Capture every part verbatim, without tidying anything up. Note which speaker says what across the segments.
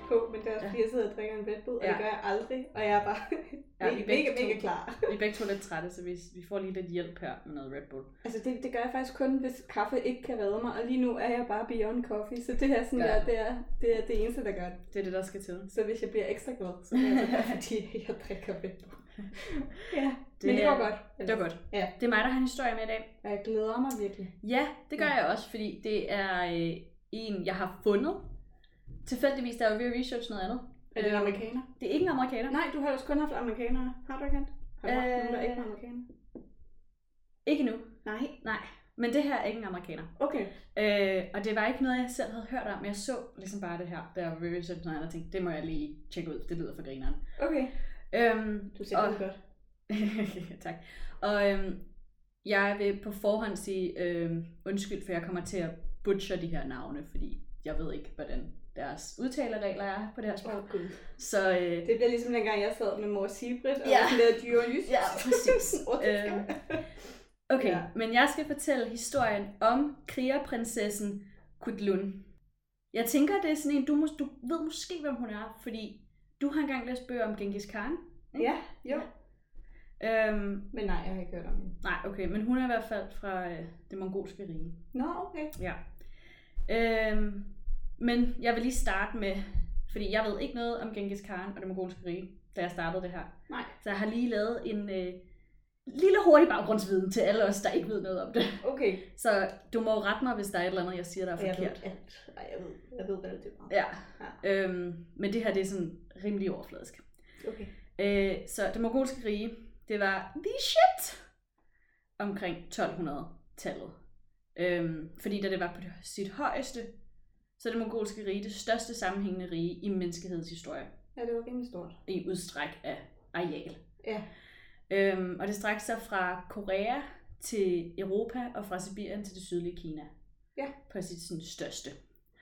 Speaker 1: på, men det er også fordi, jeg sidder og drikker en Red Bull, og ja. det gør jeg aldrig, og jeg er bare ja, mega, mega, mega klar.
Speaker 2: Vi er begge to lidt trætte, så vi, vi får lige lidt hjælp her med noget Red Bull.
Speaker 1: Altså det, det gør jeg faktisk kun, hvis kaffe ikke kan redde mig, og lige nu er jeg bare beyond coffee, så det er sådan ja. der, det er, det er det eneste, der gør det.
Speaker 2: Det er det, der skal til.
Speaker 1: Så hvis jeg bliver ekstra glad, så er det bare fordi, jeg drikker Red Bull. Ja, det, men det går godt.
Speaker 2: Det var godt. Ja. Det er mig, der har en historie med i dag.
Speaker 1: Og jeg glæder mig virkelig.
Speaker 2: Ja, det gør ja. jeg også, fordi det er øh, en, jeg har fundet. Tilfældigvis, der er jo ved at research noget andet.
Speaker 1: Er det en amerikaner?
Speaker 2: Det er ikke en amerikaner.
Speaker 1: Nej, du har også kun haft amerikanere. Har du ikke? Har du haft øh... nogen, der ikke er amerikaner?
Speaker 2: Ikke nu.
Speaker 1: Nej.
Speaker 2: Nej. Men det her er ikke en amerikaner.
Speaker 1: Okay.
Speaker 2: Øh, og det var ikke noget, jeg selv havde hørt om, men jeg så ligesom bare det her, der var research noget andet, og tænkte, det må jeg lige tjekke ud. Det lyder for grineren.
Speaker 1: Okay.
Speaker 2: Øhm,
Speaker 1: du ser det godt.
Speaker 2: Tak. Og øhm, jeg vil på forhånd sige øhm, undskyld, for jeg kommer til at butcher de her navne, fordi jeg ved ikke, hvordan deres udtaleregler er på det her sprog.
Speaker 1: Oh,
Speaker 2: så øh,
Speaker 1: det bliver ligesom dengang, jeg sad med mor Sibrit og
Speaker 2: ja.
Speaker 1: lavede dyrejysk.
Speaker 2: Ja, præcis. øhm, okay, ja. Men jeg skal fortælle historien om krigerprinsessen Kudlun. Jeg tænker, det er sådan en, du, må, du ved måske, hvem hun er, fordi du har engang læst bøger om Genghis Khan.
Speaker 1: Ikke? Ja, jo.
Speaker 2: Ja. Øhm,
Speaker 1: men nej, jeg har ikke hørt om hende.
Speaker 2: Nej, okay, men hun er i hvert fald fra øh, det mongolske rige.
Speaker 1: Nå, okay.
Speaker 2: Ja. Øhm, men jeg vil lige starte med, fordi jeg ved ikke noget om Genghis Khan og det mongolske rige, da jeg startede det her.
Speaker 1: Nej.
Speaker 2: Så jeg har lige lavet en øh, lille hurtig baggrundsviden til alle os, der ikke ved noget om det.
Speaker 1: Okay.
Speaker 2: Så du må rette mig, hvis der er et eller andet, jeg siger, der er
Speaker 1: jeg
Speaker 2: forkert.
Speaker 1: Ved alt. Ej, jeg ved, jeg ved hvad det er.
Speaker 2: Ja. ja. Øhm, men det her, det er sådan rimelig overfladisk.
Speaker 1: Okay.
Speaker 2: Øh, så det mongolske rige, det var the shit omkring tolv hundrede-tallet. Øhm, fordi da det var på det, sit højeste, så er det mongolske rige det største sammenhængende rige i menneskehedens historie.
Speaker 1: Ja, det var rimelig stort.
Speaker 2: I udstræk af areal.
Speaker 1: Ja.
Speaker 2: Øhm, og det strækker sig fra Korea til Europa og fra Sibirien til det sydlige Kina.
Speaker 1: Ja.
Speaker 2: På sit sådan, største.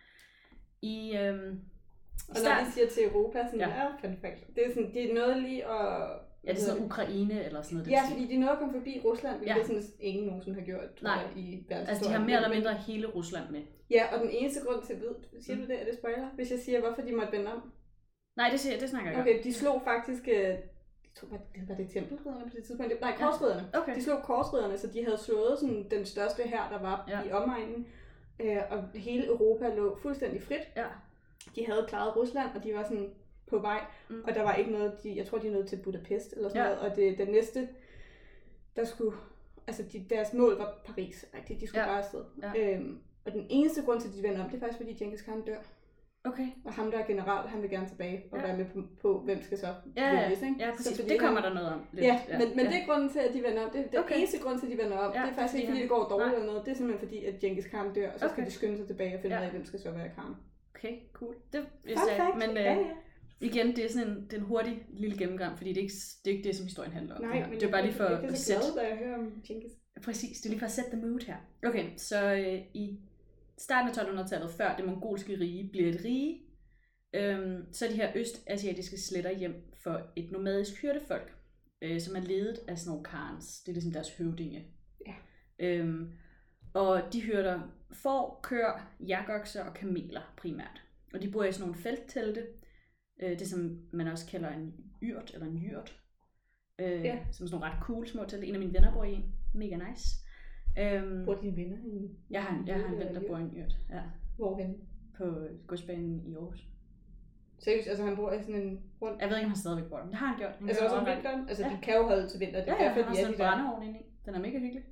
Speaker 2: I, øhm,
Speaker 1: og når start... de siger til Europa, sådan,
Speaker 2: ja.
Speaker 1: er perfekt. Det er, sådan, det er noget lige at...
Speaker 2: Ja, det er sådan Ukraine eller sådan noget.
Speaker 1: Ja, fordi de nåede at komme forbi Rusland, hvilket
Speaker 2: ja.
Speaker 1: sådan, ingen nogensinde har gjort, tror
Speaker 2: Nej.
Speaker 1: jeg, i verdenshistorien.
Speaker 2: Altså, de har mere eller mindre hele Rusland med.
Speaker 1: Ja, og den eneste grund til, ved, siger du det, er det spoiler? Hvis jeg siger, hvorfor de måtte vende om?
Speaker 2: Nej, det, siger, det snakker jeg
Speaker 1: ikke okay, om. De slog faktisk, jeg tror, var det tempelridderne på det tidspunkt? Nej, korsridderne.
Speaker 2: Ja. Okay.
Speaker 1: De slog korsridderne, så de havde slået sådan, den største hær, der var ja. i omegnen. Og hele Europa lå fuldstændig frit.
Speaker 2: Ja.
Speaker 1: De havde klaret Rusland, og de var sådan på vej, mm. og der var ikke noget, de, jeg tror de nåede til Budapest eller sådan ja. noget, og det, det næste, der skulle, altså de, deres mål var Paris, de, de skulle ja. bare afsted. Ja. Øhm, og den eneste grund til, at de vender om, det er faktisk, fordi Genghis Khan dør.
Speaker 2: Okay.
Speaker 1: Og ham, der er general, han vil gerne tilbage og ja. være med på, på, hvem skal så
Speaker 2: ja,
Speaker 1: vælges, ikke?
Speaker 2: Ja, præcis. Så det kommer han, der noget om.
Speaker 1: Lidt. Ja, ja, men, men ja. det er grunden til, at de vender om. Det, det okay. eneste grund til, at de vender om, ja, det er faktisk ikke, fordi det går dårligt eller noget. Det er simpelthen fordi, at Genghis Khan dør, og så okay. skal de skynde sig tilbage og finde ud ja. af, hvem skal så være Khan.
Speaker 2: Okay, cool. Det vidste jeg ikke, men øh, ja, ja. igen, det er sådan en, det er en hurtig lille gennemgang, fordi det er ikke det, er ikke det som historien handler om.
Speaker 1: Nej, men
Speaker 2: det er bare lige for
Speaker 1: jeg er så glad, da jeg hører om Genghis.
Speaker 2: Præcis, det er lige for at sætte the mood her. Okay, så øh, i starten af tolv hundrede-tallet, før det mongolske rige bliver et rige, øhm, så er de her østasiatiske sletter hjem for et nomadisk hyrdefolk, øh, som er ledet af sådan nogle khans. Det er ligesom deres høvdinge.
Speaker 1: Ja.
Speaker 2: Øhm, og de hyrder får, køer, jakokser og kameler primært. Og de bor i sådan nogle felttelte, øh, det som man også kalder en yrt eller en yrt, øh, ja. som sådan nogle ret cool små telte. En af mine venner bor i en. Mega nice. Øhm,
Speaker 1: Bor dine venner i?
Speaker 2: Jeg har, jeg har en ven, der bor i en yrt. Ja.
Speaker 1: Hvorhen?
Speaker 2: På godsbanen i Aarhus.
Speaker 1: Seriøst, altså han bor i sådan en rundt...
Speaker 2: Jeg ved ikke, om han stadigvæk bor der, men det har han gjort. Han
Speaker 1: altså også om vinteren? Altså ja. De kan jo holde til vinter. Det
Speaker 2: ja, ja,
Speaker 1: derfor,
Speaker 2: han har sådan en brændeovn inde i. Den er mega hyggelig.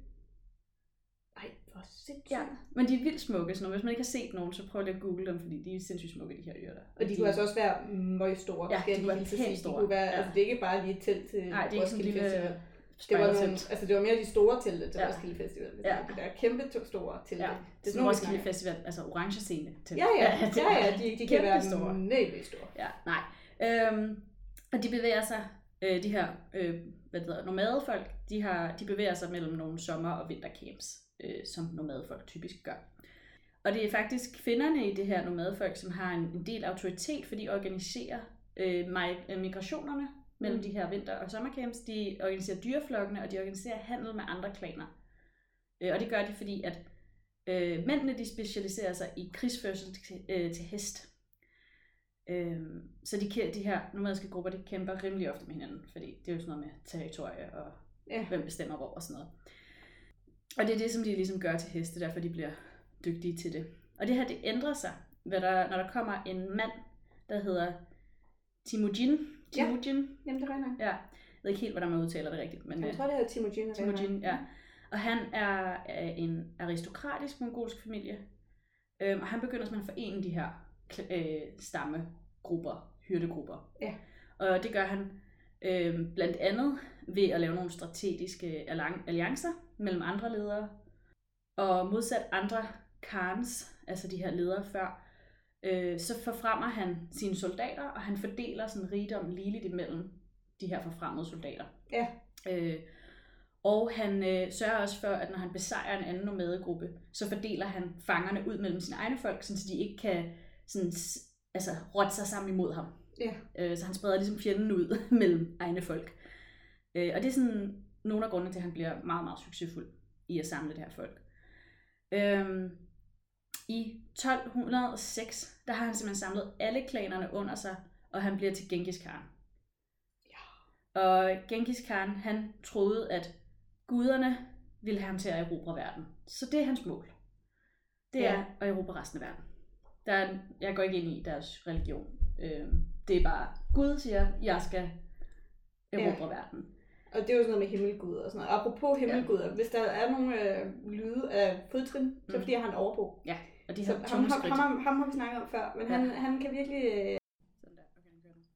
Speaker 1: Ej, hvor sindssygt.
Speaker 2: Ja, men de er vildt smukke, så hvis man ikke har set nogen, så prøv lige at google dem, fordi de er sindssygt smukke, de her yrter.
Speaker 1: Og de, de kunne altså også være meget store.
Speaker 2: Ja, de kunne være helt store.
Speaker 1: De kunne være, ja. Altså det er ikke bare lige et telt til
Speaker 2: Nej, det er ikke sådan en lille...
Speaker 1: Det var, nogle, altså det var mere de store telte til
Speaker 2: ja.
Speaker 1: Roskilde Festival.
Speaker 2: Ja.
Speaker 1: De der kæmpe store telte.
Speaker 2: Ja. Det er sådan Roskilde Festival, altså orange scene til.
Speaker 1: Ja, ja, ja, ja, ja de, de kan være
Speaker 2: store.
Speaker 1: Nævligt store.
Speaker 2: Ja, nej. Øhm, og de bevæger sig, øh, de her øh, hvad det hedder, nomadefolk, de, har, de bevæger sig mellem nogle sommer- og vintercamps, øh, som nomadefolk typisk gør. Og det er faktisk kvinderne i det her nomadefolk, som har en, en del autoritet, for de organiserer øh, migrationerne mellem mm. de her vinter- og sommercamps. De organiserer dyreflokkene, og de organiserer handel med andre klaner. Øh, og det gør de, fordi at øh, mændene de specialiserer sig i krigsførsel til, øh, til hest. Øhm, så de, de her nomadiske grupper, de kæmper rimelig ofte med hinanden, fordi det er jo sådan noget med territorie og ja. hvem bestemmer hvor og sådan noget. Og det er det, som de ligesom gør til heste, derfor de bliver dygtige til det. Og det her, det ændrer sig, når der, når der kommer en mand, der hedder Temujin. Temujin.
Speaker 1: Ja, jamen det er rigtigt.
Speaker 2: Ja, jeg ved ikke helt, hvordan man udtaler det rigtigt. Men,
Speaker 1: jeg tror, det hedder Temujin.
Speaker 2: Temujin, ja. Og han er af en aristokratisk mongolsk familie. Øhm, og han begynder simpelthen at forene de her øh, stammegrupper, hyrdegrupper.
Speaker 1: Ja.
Speaker 2: Og det gør han øh, blandt andet ved at lave nogle strategiske alliancer mellem andre ledere. Og modsat andre khans, altså de her ledere før, øh, så forfremmer han sine soldater, og han fordeler sådan rigdom ligeligt imellem de her forfremmede soldater.
Speaker 1: Ja.
Speaker 2: Øh, og han øh, sørger også for, at når han besejrer en anden nomadegruppe, så fordeler han fangerne ud mellem sine egne folk, så de ikke kan sådan, altså, rotte sig sammen imod ham.
Speaker 1: Ja.
Speaker 2: Øh, så han spreder ligesom fjenden ud mellem egne folk. Øh, og det er sådan nogle af grundene til, at han bliver meget, meget succesfuld i at samle det her folk. Øh, I tolv hundrede og seks, der har han simpelthen samlet alle klanerne under sig, og han bliver til Genghis Khan. Ja. Og Genghis Khan, han troede, at guderne ville have ham til at erobre verden. Så det er hans mål. Det ja. er at erobre resten af verden. Der er, jeg går ikke ind i deres religion. Øh, det er bare, Gud siger, jeg skal erobre ja. verden.
Speaker 1: Og det er jo sådan noget med himmelgud og sådan noget. Apropos himmelguder, ja. hvis der er nogle øh, lyde af fodtrin, så mm. fordi jeg har en overbo.
Speaker 2: Ja, og de har
Speaker 1: ham, ham, ham, ham, ham har vi snakket om før, men ja. han, han kan virkelig... Øh...
Speaker 2: Sådan der, okay, han kører den.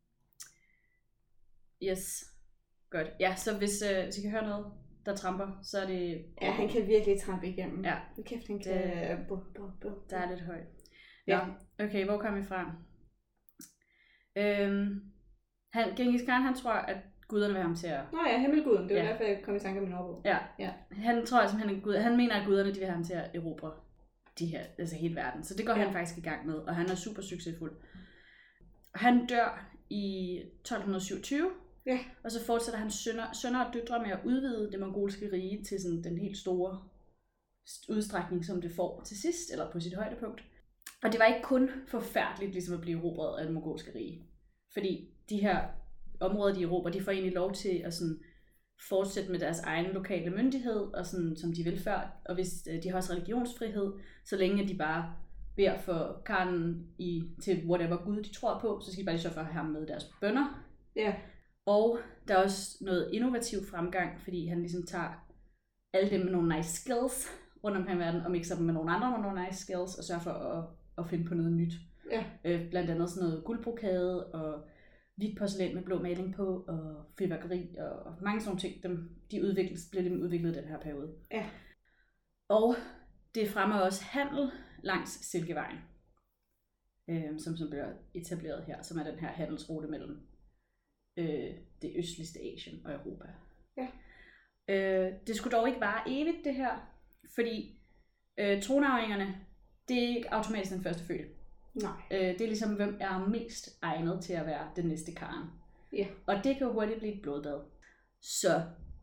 Speaker 2: Yes, godt. Ja, så hvis, øh, hvis I kan høre noget, der tramper, så er det...
Speaker 1: Ja, han kan virkelig trampe igennem.
Speaker 2: Ja.
Speaker 1: Kæft, han kan... Det... Buh, buh, buh.
Speaker 2: Der er lidt højt. Ja. ja. Okay, hvor kom vi fra? Øhm, han, Genghis Khan, han tror, at guderne vil ham til at...
Speaker 1: Nå ja, himmelguden. Det var ja. derfor, jeg kom i tanke om min overbo.
Speaker 2: Ja. ja. Han tror altså, han, er Gud, han mener, at guderne de vil have ham til at erobre de her, altså hele verden. Så det går ja. han faktisk i gang med, og han er super succesfuld. Han dør i tolv syvogtyve,
Speaker 1: ja.
Speaker 2: og så fortsætter hans sønner, sønner og døtre med at udvide det mongolske rige til sådan den helt store udstrækning, som det får til sidst, eller på sit højdepunkt. Og det var ikke kun forfærdeligt ligesom at blive erobret af det mongolske rige. Fordi de her områder, de erobrer, de får egentlig lov til at sådan fortsætte med deres egen lokale myndighed, og sådan, som de vil før. Og hvis de har også religionsfrihed, så længe de bare beder for Khanen i, til whatever gud de tror på, så skal de bare lige sørge for at have ham med deres bønner.
Speaker 1: Ja.
Speaker 2: Og der er også noget innovativ fremgang, fordi han ligesom tager alle dem med nogle nice skills rundt omkring verden, og mixer dem med nogle andre med nogle nice skills, og sørger for at, at finde på noget nyt.
Speaker 1: Ja.
Speaker 2: Øh, blandt andet sådan noget guldbrokade, og hvidt porcelæn med blå maling på, og fyrværkeri, og mange sådan ting, dem, de udvikles, bliver dem udviklet i den her periode.
Speaker 1: Ja.
Speaker 2: Og det fremmer også handel langs Silkevejen, øh, som, som bliver etableret her, som er den her handelsrute mellem øh, det østligste Asien og Europa.
Speaker 1: Ja.
Speaker 2: Øh, det skulle dog ikke vare evigt, det her, fordi øh, tronarvingerne, det er ikke automatisk den første fødte.
Speaker 1: Nej.
Speaker 2: Øh, det er ligesom, hvem er mest egnet til at være den næste Khan.
Speaker 1: Ja.
Speaker 2: Og det kan jo hurtigt blive et blodbad. Så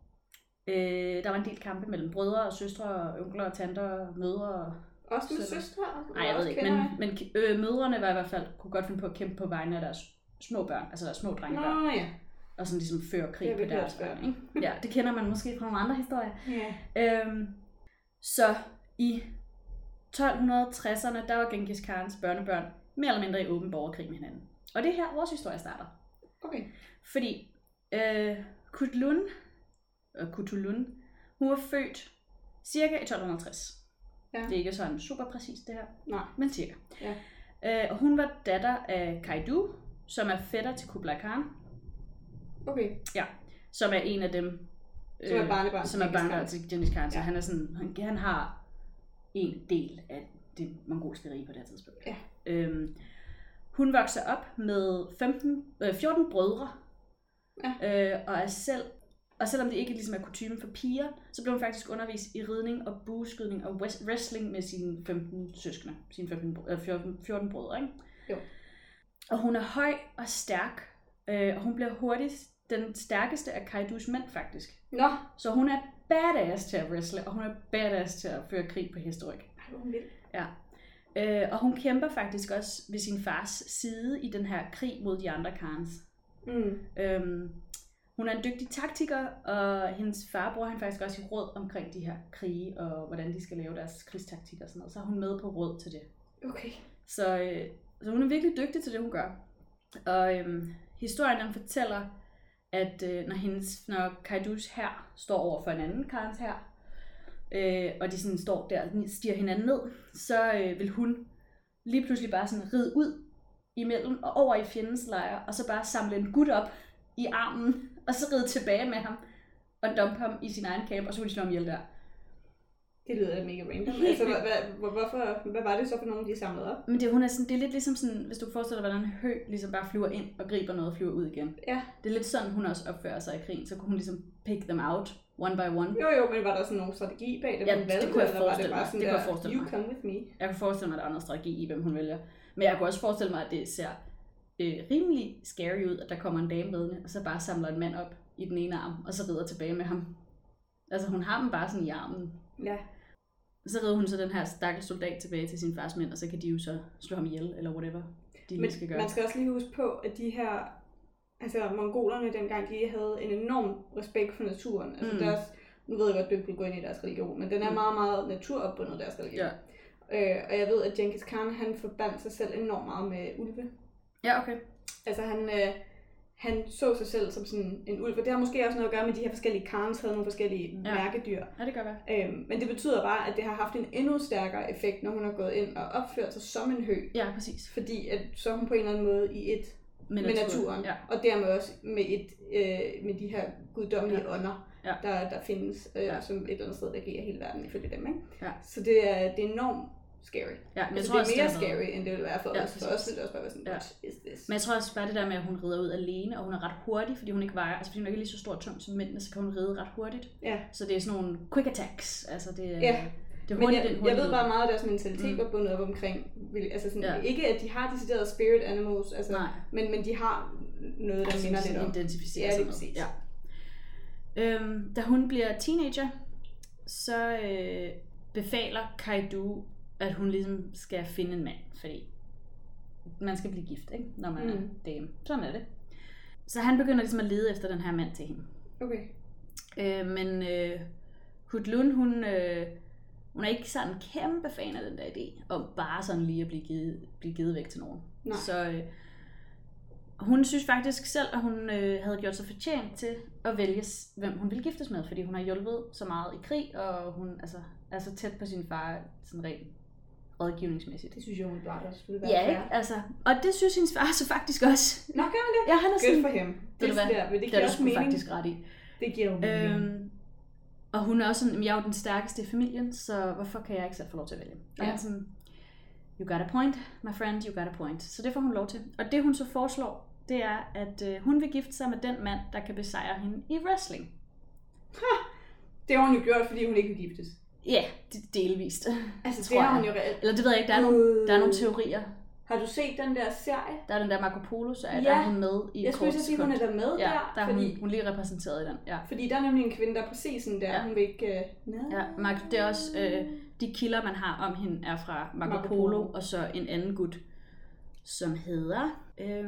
Speaker 2: øh, der var en del kampe mellem brødre og søstre, og onkler og tanter, mødre og...
Speaker 1: Også med søstre?
Speaker 2: Nej, jeg ved ikke, men, men øh, mødrene var i hvert fald, kunne godt finde på at kæmpe på vegne af deres små børn, altså deres små drengebørn.
Speaker 1: Nå ja.
Speaker 2: Og sådan ligesom føre krig på deres børn, ikke?
Speaker 1: børn.
Speaker 2: Ja, det kender man måske fra nogle andre historier.
Speaker 1: Ja.
Speaker 2: Øhm, så i tolv tresserne, der var Genghis Khans børnebørn mere eller mindre i åben borgerkrig med hinanden. Og det er her, vores historie starter.
Speaker 1: Okay.
Speaker 2: Fordi øh, Kutulun, øh, Kutulun, hun var født cirka i tolv tres. Ja. Det er ikke sådan super præcis det her,
Speaker 1: nej,
Speaker 2: men cirka.
Speaker 1: Ja.
Speaker 2: Øh, og hun var datter af Kaidu, som er fætter til Kublai Khan.
Speaker 1: Okay.
Speaker 2: Ja, som er en af dem, øh,
Speaker 1: som er barnebarn,
Speaker 2: som er barnebarn til Genghis Khan. Så ja. han er sådan, han, han har en del af det mongolske rige på det her tidspunkt.
Speaker 1: Ja.
Speaker 2: Øhm, hun vokser op med femten, øh, fjorten brødre,
Speaker 1: ja.
Speaker 2: øh, og er selv, og selvom det ikke ligesom er kutyme for piger, så blev hun faktisk undervist i ridning og bueskydning og wrestling med sine femten søskende, sine femten, øh, fjorten, fjorten brødre, ikke?
Speaker 1: Jo.
Speaker 2: Og hun er høj og stærk, øh, og hun bliver hurtigt den stærkeste af Kaidus mænd faktisk.
Speaker 1: Nå.
Speaker 2: Så hun er badass til at wrestle, og hun er badass til at føre krig på hesteryg.
Speaker 1: Ej, hvor vildt.
Speaker 2: Ja. Øh, og hun kæmper faktisk også ved sin fars side i den her krig mod de andre Khans.
Speaker 1: Mm.
Speaker 2: Øhm, hun er en dygtig taktiker, og hendes far bruger han faktisk også i råd omkring de her krige, og hvordan de skal lave deres krigstaktik og sådan noget. Så er hun med på råd til det.
Speaker 1: Okay.
Speaker 2: Så, øh, så hun er virkelig dygtig til det, hun gør. Og øhm, historien den fortæller, at øh, når, hendes, når Kaidus hær står over for en anden Khans hær, øh, og de sådan står der og stiger hinanden ned, så øh, vil hun lige pludselig bare sådan ride ud imellem og over i fjendens lejr, og så bare samle en gut op i armen, og så ride tilbage med ham, og dumpe ham i sin egen camp, og så vil de slå ham ihjel der.
Speaker 1: Det lyder da mega random. Altså, hvad, hvad, hvorfor, hvad var det så for nogen, de samlede op?
Speaker 2: Men det, hun er sådan, det er lidt ligesom sådan, hvis du forestiller dig, hvordan en hø ligesom bare flyver ind og griber noget og flyver ud igen.
Speaker 1: Ja. Det
Speaker 2: er lidt sådan, hun også opfører sig i krigen. Så kunne hun ligesom pick them out, one by one.
Speaker 1: Jo jo, men var der sådan nogen strategi bag det,
Speaker 2: ja,
Speaker 1: hun valgte?
Speaker 2: det kunne jeg forestille
Speaker 1: mig.
Speaker 2: Det, det kunne jeg forestille
Speaker 1: you
Speaker 2: mig.
Speaker 1: come with me.
Speaker 2: Jeg kunne forestille mig, at der er noget strategi i, hvem hun vælger. Men jeg kunne også forestille mig, at det ser øh, rimelig scary ud, at der kommer en dame ridende, og så bare samler en mand op i den ene arm, og så rider tilbage med ham. Altså hun har dem bare sådan i armen.
Speaker 1: Ja.
Speaker 2: Så rider hun så den her stakkels soldat tilbage til sin fars mænd, og så kan de jo så slå ham ihjel, eller whatever de
Speaker 1: Men
Speaker 2: skal gøre.
Speaker 1: Man skal også lige huske på, at de her, altså mongolerne dengang, de havde en enorm respekt for naturen. Altså mm. deres, nu ved jeg godt, du ikke vil gå ind i deres religion, men den er mm. meget, meget naturopbundet, deres religion. Ja. Øh, og jeg ved, at Genghis Khan, han forbandt sig selv enormt meget med ulve.
Speaker 2: Ja, okay.
Speaker 1: Altså han... Øh, han så sig selv som sådan en ulv, og det har måske også noget at gøre med, at de her forskellige Khans havde nogle forskellige ja. mærkedyr.
Speaker 2: Ja, det gør det.
Speaker 1: Øhm, men det betyder bare, at det har haft en endnu stærkere effekt, når hun har gået ind og opført sig som en hø.
Speaker 2: Ja, præcis.
Speaker 1: Fordi at så er hun på en eller anden måde i et med, med naturen, naturen ja. Og dermed også med, et, øh, med de her guddommelige ja. ånder, ja. Der, der findes, øh, ja. som et eller andet sted, der giver hele verden ifølge dem. Ikke? Ja. Så det er, det er enormt scary. Ja, men altså, det er mere også, scary, noget... end det vil være for ja, os. For os vil det også bare være sådan, ja. What is this?
Speaker 2: Men jeg tror også bare det der med, at hun rider ud alene, og hun er ret hurtig, fordi hun ikke vejer, altså fordi hun ikke er lige så stor og tung som mændene, så kan hun ride ret hurtigt. Ja. Så det er sådan nogle quick attacks. Altså det,
Speaker 1: ja.
Speaker 2: det er hurtigt,
Speaker 1: men jeg,
Speaker 2: den
Speaker 1: jeg ved bare meget af deres mentalitet mm. var bundet op omkring, altså sådan, ja. ikke at de har decideret spirit animals, altså, men, men de har noget, der
Speaker 2: altså,
Speaker 1: minder lidt om.
Speaker 2: Identificere
Speaker 1: ja, det er præcis.
Speaker 2: Ja. Øhm, da hun bliver teenager, så øh, befaler Kaidu, at hun ligesom skal finde en mand, fordi man skal blive gift, ikke? Når man mm. er dame. Sådan er det. Så han begynder ligesom at lede efter den her mand til hende.
Speaker 1: Okay.
Speaker 2: Øh, men øh, Hudlun, hun, øh, hun er ikke sådan en kæmpe fan af den der idé, om bare sådan lige at blive givet, blive givet væk til nogen.
Speaker 1: Nej.
Speaker 2: Så øh, hun synes faktisk selv, at hun øh, havde gjort sig fortjent til at vælge, hvem hun ville giftes med, fordi hun har hjulpet så meget i krig, og hun altså, er så tæt på sin far, sådan rent rådgivningsmæssigt.
Speaker 1: Det synes jeg, hun bare også ville være
Speaker 2: ja, ikke? Altså, og det synes hendes far så faktisk også.
Speaker 1: Nå, gør han det?
Speaker 2: Ja, han er sådan,
Speaker 1: good for him.
Speaker 2: Det, det,
Speaker 1: der, det,
Speaker 2: det giver også mening. Faktisk ret i.
Speaker 1: Det giver jo mening. Øhm,
Speaker 2: og hun er også sådan, jeg er jo den stærkeste i familien, så hvorfor kan jeg ikke selv få lov til at vælge? Og ja. sådan, you got a point, my friend, you got a point. Så det får hun lov til. Og det hun så foreslår, det er, at øh, hun vil gifte sig med den mand, der kan besejre hende i wrestling.
Speaker 1: Ha! Det har hun jo gjort, fordi hun ikke vil giftes.
Speaker 2: Ja, delvist.
Speaker 1: Altså, det har hun jo reelt.
Speaker 2: Eller det ved jeg ikke, der er, uh. nogle, der er nogle teorier.
Speaker 1: Har du set den der serie?
Speaker 2: Der er den der Marco Polo serie,
Speaker 1: ja.
Speaker 2: der er hun med i
Speaker 1: jeg skulle sige, hun er der med
Speaker 2: ja,
Speaker 1: der.
Speaker 2: der er fordi, hun, hun lige repræsenteret i den. Ja.
Speaker 1: Fordi der er nemlig en kvinde, der er præcis sådan der, ja. Hun vil ikke... Uh...
Speaker 2: Ja, Marco, det er også, øh, de kilder, man har om hende, er fra Marco, Marco Polo, Polo, og så en anden gut, som hedder øh,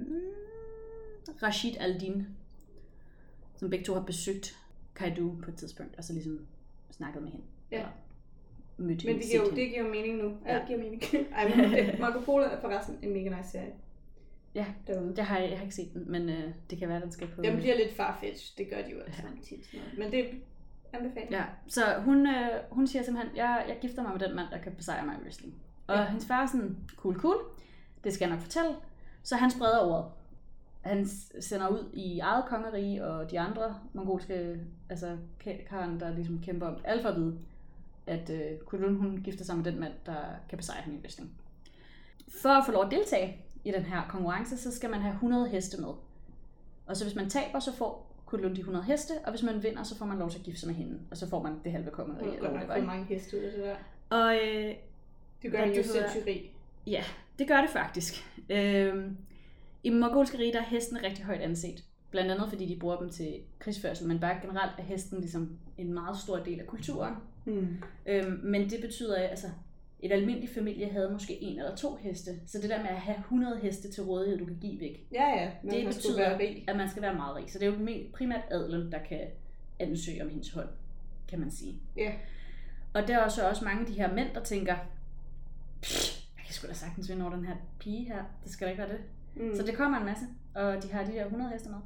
Speaker 2: Rashid al-Din, som begge to har besøgt Kaidu på et tidspunkt, og så ligesom snakket med hende.
Speaker 1: Ja.
Speaker 2: Men
Speaker 1: det giver, jo, det giver jo mening nu. Alt ja. giver mening. Ej, men Marco Polo er forresten en mega nice serie.
Speaker 2: Ja, derude. Det har jeg, jeg har ikke set den, men øh, det kan være, den skal på...
Speaker 1: Den bliver lidt farfetch, det gør de jo altså ja. tit. Men det anbefaler.
Speaker 2: Ja, så hun, øh, hun siger simpelthen, jeg, jeg gifter mig med den mand, der kan besejre mig i wrestling. Og ja. hendes far er sådan, cool, cool, det skal jeg nok fortælle. Så han spreder ordet. Han sender ud i eget kongerige, og de andre mongolske, altså karen, der ligesom kæmper om alt for at vide, at øh, Kudlun, hun gifter sig med den mand, der kan besejre hende i wrestling. For at få lov at deltage i den her konkurrence, så skal man have hundrede heste med. Og så hvis man taber, så får Kudlun de hundrede heste, og hvis man vinder, så får man lov til at gifte sig med hende. Og så får man det halve kongerige.
Speaker 1: Det er godt nok for mange heste ud af det der.
Speaker 2: Og øh,
Speaker 1: det gør hende jo sindssygt rig.
Speaker 2: Ja, det gør det faktisk. Øh, I mongolske rige, der er hesten rigtig højt anset. Blandt andet fordi de bruger dem til krigsførsel, men bare generelt er hesten ligesom en meget stor del af kulturen. Mm. Øhm, men det betyder altså et almindeligt familie havde måske en eller to heste. Så det der med at have hundrede heste til rådighed, du kan give væk.
Speaker 1: Ja, ja. Men
Speaker 2: det
Speaker 1: man
Speaker 2: betyder,
Speaker 1: være rig.
Speaker 2: at man skal være meget rig. Så det er jo primært adelen, der kan ansøge om hendes hånd, kan man sige.
Speaker 1: Ja.
Speaker 2: Og der er så også mange af de her mænd, der tænker, jeg kan sgu da sagtens vinde over den her pige her. Det skal da ikke være det. Mm. Så det kommer en masse, og de har de der hundrede heste med.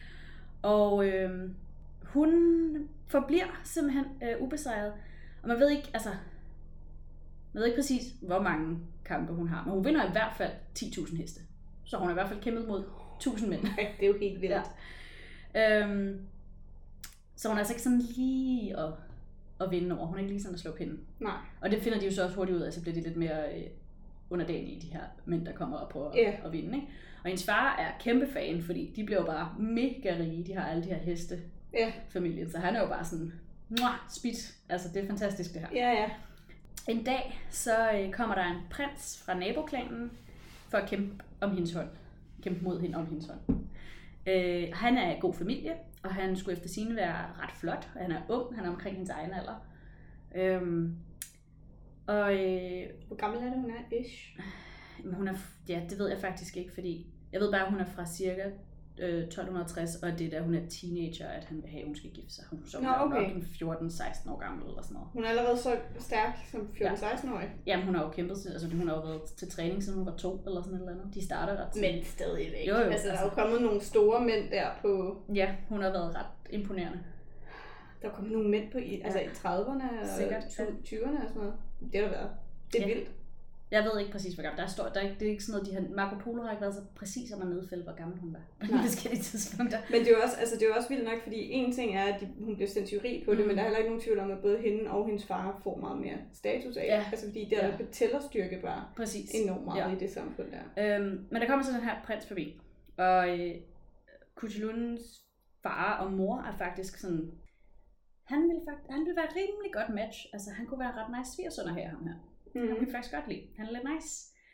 Speaker 2: Og øh, hun forbliver simpelthen øh, ubesejret. Og man ved ikke, altså, man ved ikke præcis, hvor mange kampe hun har. Men hun vinder i hvert fald ti tusind heste. Så hun har i hvert fald kæmpet mod tusind mænd.
Speaker 1: Det er jo helt vildt.
Speaker 2: Ja. Øhm, så hun er altså ikke sådan lige at, at vinde over. Hun er ikke lige sådan at slå pinden.
Speaker 1: Nej.
Speaker 2: Og det finder de jo så også hurtigt ud af, så bliver de lidt mere øh, underdanige, de her mænd, der kommer op på
Speaker 1: yeah.
Speaker 2: at, at vinde. Ikke? Og hendes far er kæmpe fan, fordi de bliver jo bare mega rige. De har alle de her heste.
Speaker 1: Ja.
Speaker 2: Familien. Så han er jo bare sådan, spidt. Altså, det er fantastisk, det her.
Speaker 1: Ja, ja.
Speaker 2: En dag, så øh, kommer der en prins fra naboklanen for at kæmpe om hendes hånd. Kæmpe mod hende om hendes hånd. Øh, han er god familie, og han skulle efter sigende være ret flot. Han er ung, han er omkring hendes egen alder. Øhm, og, øh,
Speaker 1: Hvor gammel er det, hun er? Ish?
Speaker 2: Hun er, ja, det ved jeg faktisk ikke, fordi jeg ved bare, at hun er fra cirka øh, tolv tres, og det er da hun er teenager, at han vil have, at hun skal gifte sig. Hun så er okay. nok fjorten seksten år gammel eller sådan noget.
Speaker 1: Hun er allerede så stærk som fjorten seksten-årig.
Speaker 2: Jamen, hun har jo kæmpet, altså hun har jo været til træning, siden hun var to eller sådan et eller andet. De starter ret
Speaker 1: Men stadig ikke.
Speaker 2: Jo, jo,
Speaker 1: altså, der er jo kommet nogle store mænd der på...
Speaker 2: Ja, hun har været ret imponerende.
Speaker 1: Der er kommet nogle mænd på i, altså ja. i trediverne og tyverne og sådan noget. Det har der været. Det er ja. vildt.
Speaker 2: Jeg ved ikke præcis, hvor gammel. Der står, der er, det er ikke sådan noget, de har, Marco Polo har ikke været så præcis om at nedfælde, hvor gammel hun var. På de forskellige tidspunkter.
Speaker 1: Men det er jo også, altså, det er jo også vildt nok, fordi en ting er, at de, hun bliver sindssygt rig på det, mm. men der er heller ikke nogen tvivl om, at både hende og hendes far får meget mere status af. Ja. Altså fordi der ja. er tællerstyrke bare
Speaker 2: præcis.
Speaker 1: enormt meget ja. i det samfund der.
Speaker 2: Øhm, men der kommer så den her prins forbi, og øh, Kutuloons far og mor er faktisk sådan, han ville, faktisk, han ville være et rimelig godt match. Altså han kunne være ret nice svigersøn her, ham her. Mm. Han kan faktisk godt lide. Han er lidt nice.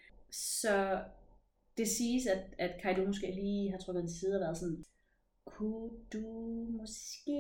Speaker 2: Så det siges, at, at Kaido måske lige har trukket til side og været sådan, kunne du måske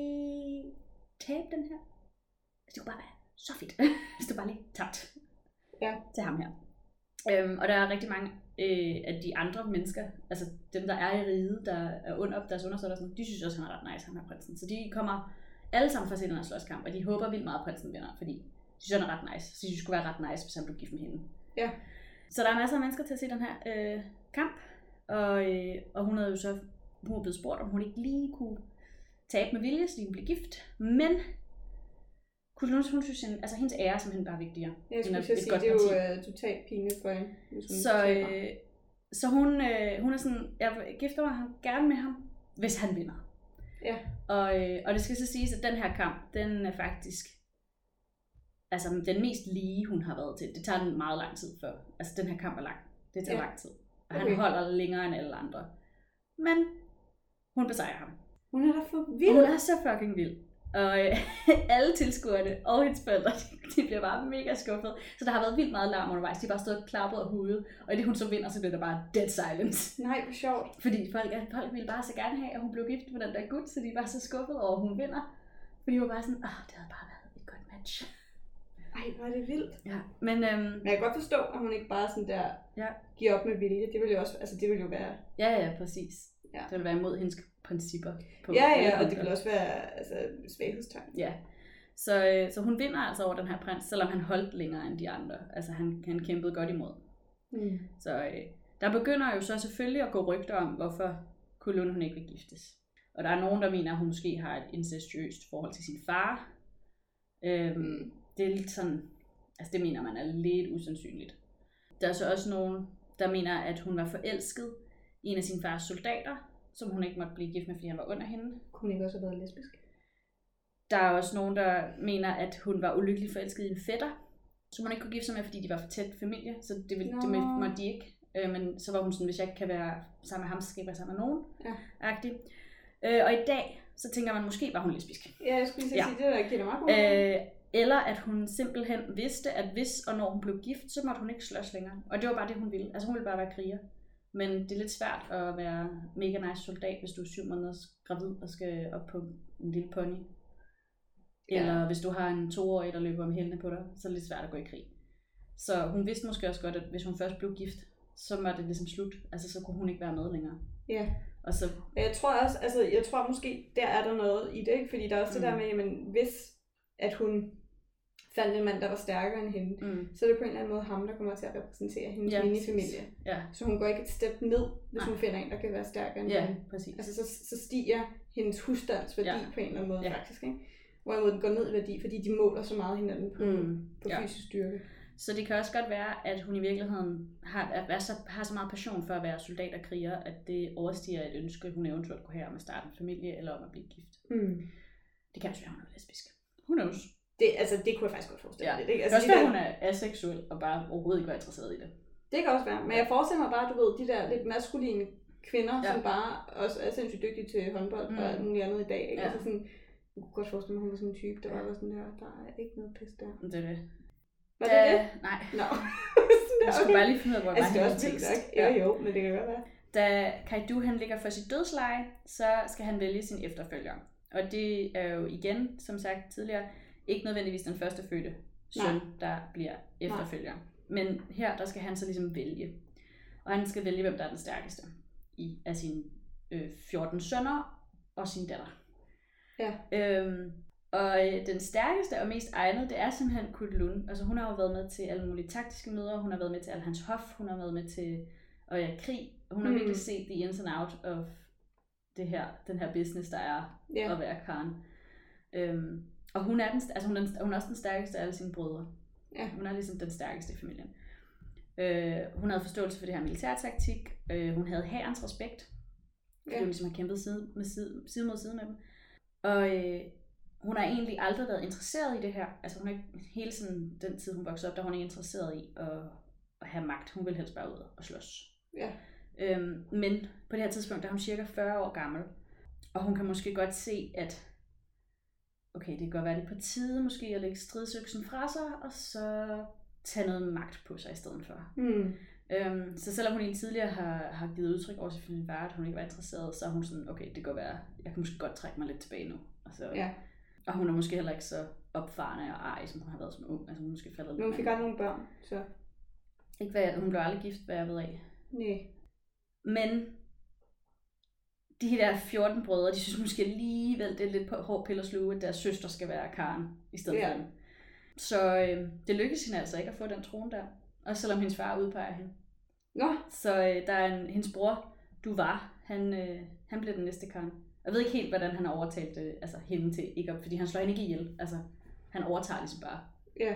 Speaker 2: tabe den her? Det kunne bare være så fedt, hvis du bare lige tabt
Speaker 1: ja.
Speaker 2: til ham her. Øhm, og der er rigtig mange øh, af de andre mennesker, altså dem, der er i riget, der er under deres understøtter, sådan, de synes også, han er ret nice, ham her prinsen. Så de kommer alle sammen for at se den her slåskamp, og de håber vildt meget, at prinsen vinder, fordi de synes, han er ret nice. Så de synes, det skulle være ret nice, hvis han blev gift med hende.
Speaker 1: Ja.
Speaker 2: Så der er masser af mennesker til at se den her øh, kamp, og, øh, og hun havde jo så hun var blevet spurgt, om hun ikke lige kunne tabe med vilje, så de kunne blive gift. Men Kutuloon, hun synes, altså hendes ære er simpelthen bare vigtigere.
Speaker 1: Jeg skulle sige, det er jo uh, totalt pinligt for hende.
Speaker 2: Så, øh, så hun, øh, hun er sådan, jeg gifter mig gerne med ham, hvis han vinder.
Speaker 1: Ja.
Speaker 2: Og, øh, og det skal så siges, at den her kamp, den er faktisk altså den mest lige, hun har været til. Det tager den meget lang tid for. Altså den her kamp er lang. Det tager ja. lang tid. Og okay. han holder længere end alle andre. Men hun besejrer ham.
Speaker 1: Hun er da for vild.
Speaker 2: Hun er så fucking vild. Og øh, alle tilskuerne og hendes forældre, de, de bliver bare mega skuffet. Så der har været vildt meget larm undervejs. De har bare stået og klappet og hudet. Og i det hun så vinder, så bliver der bare dead silence.
Speaker 1: Nej, hvor sjovt.
Speaker 2: Fordi folk, folk ville bare så gerne have, at hun blev gift med den der gut, så de var så skuffet over, at hun vinder. Fordi hun var bare sådan, åh, det havde bare været et godt match.
Speaker 1: Ej, hvor er det vildt.
Speaker 2: Ja, men, øhm,
Speaker 1: men jeg kan godt forstå, at hun ikke bare sådan der
Speaker 2: ja.
Speaker 1: giver op med vilje. Det ville jo også, altså det ville jo være...
Speaker 2: Ja, ja, præcis. Ja. Det ville være imod hendes principper. På
Speaker 1: ja, ja, og det ville også være altså, svaghedstegn.
Speaker 2: Ja, så, øh, så hun vinder altså over den her prins, selvom han holdt længere end de andre. Altså han, han kæmpede godt imod. Mm. Så øh, der begynder jo så selvfølgelig at gå rygter om, hvorfor Kutuloon hun ikke vil giftes. Og der er nogen, der mener, at hun måske har et incestuøst forhold til sin far. Øhm, mm. Det er lidt sådan, altså det mener man er lidt usandsynligt. Der er så også nogen, der mener, at hun var forelsket i en af sin fars soldater, som hun ikke måtte blive gift med, fordi han var under hende.
Speaker 1: Kunne hun ikke også have været lesbisk?
Speaker 2: Der er også nogen, der mener, at hun var ulykkelig forelsket i en fætter, som hun ikke kunne gifte sig med, fordi de var for tæt familie, så det, ville, det måtte de ikke. Øh, men så var hun sådan, hvis jeg ikke kan være sammen med ham, så skal jeg være sammen med nogen.
Speaker 1: Ja.
Speaker 2: Agtig. Øh, og i dag, så tænker man, måske var hun lesbisk.
Speaker 1: Ja, jeg skulle lige ja. sige, det der giver meget
Speaker 2: øh, Eller at hun simpelthen vidste, at hvis og når hun blev gift, så måtte hun ikke slås længere. Og det var bare det, hun ville. Altså hun ville bare være kriger. Men det er lidt svært at være mega nice soldat, hvis du er syv måneder gravid og skal op på en lille pony. Eller ja. hvis du har en toårig, der løber om hælene på dig, så er det lidt svært at gå i krig. Så hun vidste måske også godt, at hvis hun først blev gift, så var det ligesom slut. Altså, så kunne hun ikke være med længere.
Speaker 1: Ja.
Speaker 2: Og så...
Speaker 1: Jeg tror også, altså, jeg tror måske, der er der noget i det, ikke? Fordi der er også mm. det der med, jamen, hvis at hun fandt en mand, der var stærkere end hende, mm. så er det på en eller anden måde ham, der kommer til at repræsentere hendes ja, minifamilie. Ja. Så hun går ikke et step ned, hvis Nej. hun finder en, der kan være stærkere end
Speaker 2: ja,
Speaker 1: hende.
Speaker 2: Præcis.
Speaker 1: Altså, så, så stiger hendes husstands værdi ja. på en eller anden måde ja. faktisk, ikke? Hvorimod den går ned i værdi, fordi de måler så meget hinanden på, mm. på ja. fysisk styrke.
Speaker 2: Så det kan også godt være, at hun i virkeligheden har, er så, har så meget passion for at være soldat og kriger, at det overstiger et ønske, hun eventuelt kunne have om at starte en familie, eller om at blive gift. Mm. Det kan også være, hun er lesbisk. Who knows?
Speaker 1: Det, altså, det kunne jeg faktisk godt forestille mig.
Speaker 2: Ja. Det, altså, det kan også være, hun er aseksuel og bare overhovedet ikke var interesseret i det.
Speaker 1: Det kan også være. Men jeg forestiller mig bare, du ved, de der lidt maskuline kvinder, ja. som bare også er sindssygt dygtige til håndbold mm. og alt muligt andet i dag. Ikke? Ja. Altså sådan, jeg kunne godt forestille mig, at hun var sådan en type, der var sådan der, der er ikke noget pis der.
Speaker 2: Det er det.
Speaker 1: Var det
Speaker 2: da,
Speaker 1: det?
Speaker 2: Nej.
Speaker 1: Nå.
Speaker 2: Jeg skulle okay. bare lige finde ud af, hvor
Speaker 1: altså,
Speaker 2: meget
Speaker 1: det er også vildt nok. Jo, jo, men det kan godt være.
Speaker 2: Da Kaidu han ligger for sit dødsleje, så skal han vælge sin efterfølger. Og det er jo igen, som sagt tidligere, ikke nødvendigvis den første fødte søn, Nej. der bliver efterfølger. Nej. Men her, der skal han så ligesom vælge. Og han skal vælge, hvem der er den stærkeste i, af sine øh, fjorten sønner og sin datter.
Speaker 1: Ja. Øhm,
Speaker 2: og øh, den stærkeste og mest egnede, det er simpelthen Kudlun. Altså hun har jo været med til alle mulige taktiske møder, hun har været med til al hans hof, hun har været med til og ja, krig. Hun har mm. virkelig set the ins and out of det her, den her business, der er yeah. at være Karen. Øhm, og hun er, den, altså hun, er den, hun er også den stærkeste af alle sine brødre. Yeah. Hun er ligesom den stærkeste i familien. Øh, hun havde forståelse for det her militærtaktik. Øh, hun havde hærens respekt. Fordi yeah. hun ligesom har kæmpet side, med side, side mod side med dem. Og øh, hun har egentlig aldrig været interesseret i det her. Altså hun er ikke hele sådan, den tid, hun voksede op, der hun er ikke interesseret i at, at have magt. Hun vil helst bare ud og slås.
Speaker 1: Ja.
Speaker 2: Øhm, men på det her tidspunkt, der er hun cirka fyrre år gammel. Og hun kan måske godt se, at okay, det kan godt være det på tide måske at lægge stridsøksen fra sig, og så tage noget magt på sig i stedet for. Mm. Øhm, så selvom hun tidligere har, har givet udtryk over til sin far, at hun ikke var interesseret, så er hun sådan, okay, det kan godt være, jeg kan måske godt trække mig lidt tilbage nu. Og, så,
Speaker 1: ja.
Speaker 2: og hun er måske heller ikke så opfarende og ej, som hun har været som ung. Altså hun måske faldet lidt.
Speaker 1: Men hun fik aldrig nogle børn, så...
Speaker 2: Ikke hvad jeg, hun blev aldrig gift, hvad jeg ved af.
Speaker 1: Nej.
Speaker 2: Men de der fjorten brødre, de synes måske alligevel, det er lidt på hård pille at sluge, at deres søster skal være Karen i stedet ja. for dem. Så øh, det lykkedes hende altså ikke at få den trone der. Også selvom hendes far udpeger hende.
Speaker 1: Nå.
Speaker 2: Så øh, der er en, hendes bror, Duvar, han, øh, han bliver den næste Karen. Jeg ved ikke helt, hvordan han har overtalt øh, altså, hende til ikke op, fordi han slår hende ikke ihjel. Altså, han overtager ligesom bare.
Speaker 1: Ja.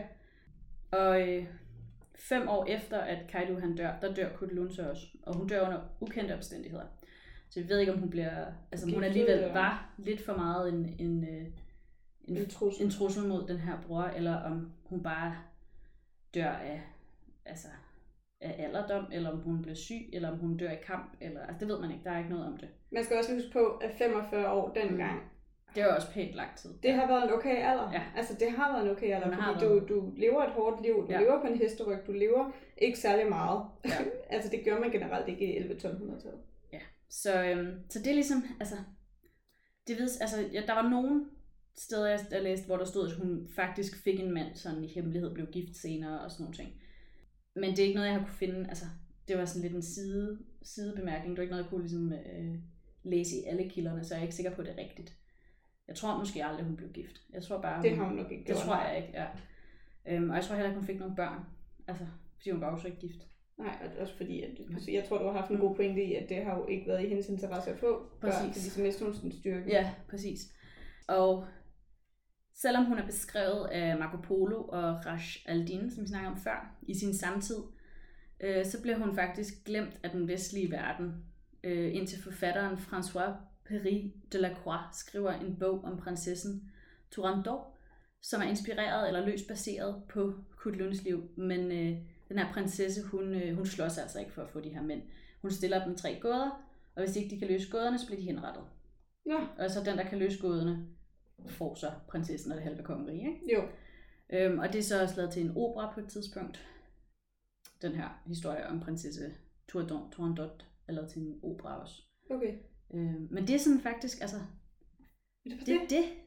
Speaker 2: Og øh, fem år efter, at Kaidu han dør, der dør Kudlun så også. Og hun dør under ukendte omstændigheder. Så vi ved ikke, om hun bliver... Altså, hun alligevel var lidt for meget en, en, en, en, trussel. en trussel mod den her bror, eller om hun bare dør af, altså, af alderdom, eller om hun bliver syg, eller om hun dør i kamp. Eller, altså, det ved man ikke. Der er ikke noget om det.
Speaker 1: Man skal også huske på, at femogfyrre år dengang... Mm.
Speaker 2: Det er jo også pænt lang tid.
Speaker 1: Det har været en okay alder.
Speaker 2: Ja.
Speaker 1: Altså, det har været en okay alder, fordi du, du lever et hårdt liv. Du ja. lever på en hesteryg. Du lever ikke særlig meget. Ja. Altså, det gør man generelt ikke i elleve tolv hundrede-tallet.
Speaker 2: Ja, så, øhm, så det er ligesom, altså, det ved, altså, ja, der var nogle steder, jeg, jeg læste, hvor der stod, at hun faktisk fik en mand, sådan i hemmelighed, blev gift senere og sådan nogle ting. Men det er ikke noget, jeg har kunne finde, altså, det var sådan lidt en side, sidebemærkning. Det var ikke noget, jeg kunne ligesom, øh, læse i alle kilderne, så jeg er ikke sikker på, at det er rigtigt. Jeg tror måske aldrig, hun blev gift. Jeg tror bare,
Speaker 1: det har hun nok ikke
Speaker 2: gjort. Det tror jeg ikke, ja. Øhm, og jeg tror heller ikke, hun fik nogle børn. Altså, fordi hun var også ikke gift.
Speaker 1: Nej, også fordi, at, jeg tror, du har haft en god pointe i, at det har jo ikke været i hendes interesse at få børn, fordi så mister hun sin styrke.
Speaker 2: Ja, præcis. Og selvom hun er beskrevet af Marco Polo og Rash al-Din, som vi snakkede om før, i sin samtid, øh, så bliver hun faktisk glemt af den vestlige verden, øh, indtil forfatteren François Péry de la Croix skriver en bog om prinsessen Turandot, som er inspireret eller løst baseret på Kudluns liv. Men øh, den her prinsesse, hun, øh, hun slås altså ikke for at få de her mænd. Hun stiller dem tre gåder, og hvis ikke de kan løse gåderne, så bliver de henrettet.
Speaker 1: Ja.
Speaker 2: Og så den, der kan løse gåderne, får så prinsessen og det halve kongerige, ikke?
Speaker 1: Jo.
Speaker 2: Øhm, og det er så også lavet til en opera på et tidspunkt. Den her historie om prinsesse Turandot er lavet til en opera også.
Speaker 1: Okay.
Speaker 2: Øh, men det er sådan faktisk, altså,
Speaker 1: det er
Speaker 2: det, det,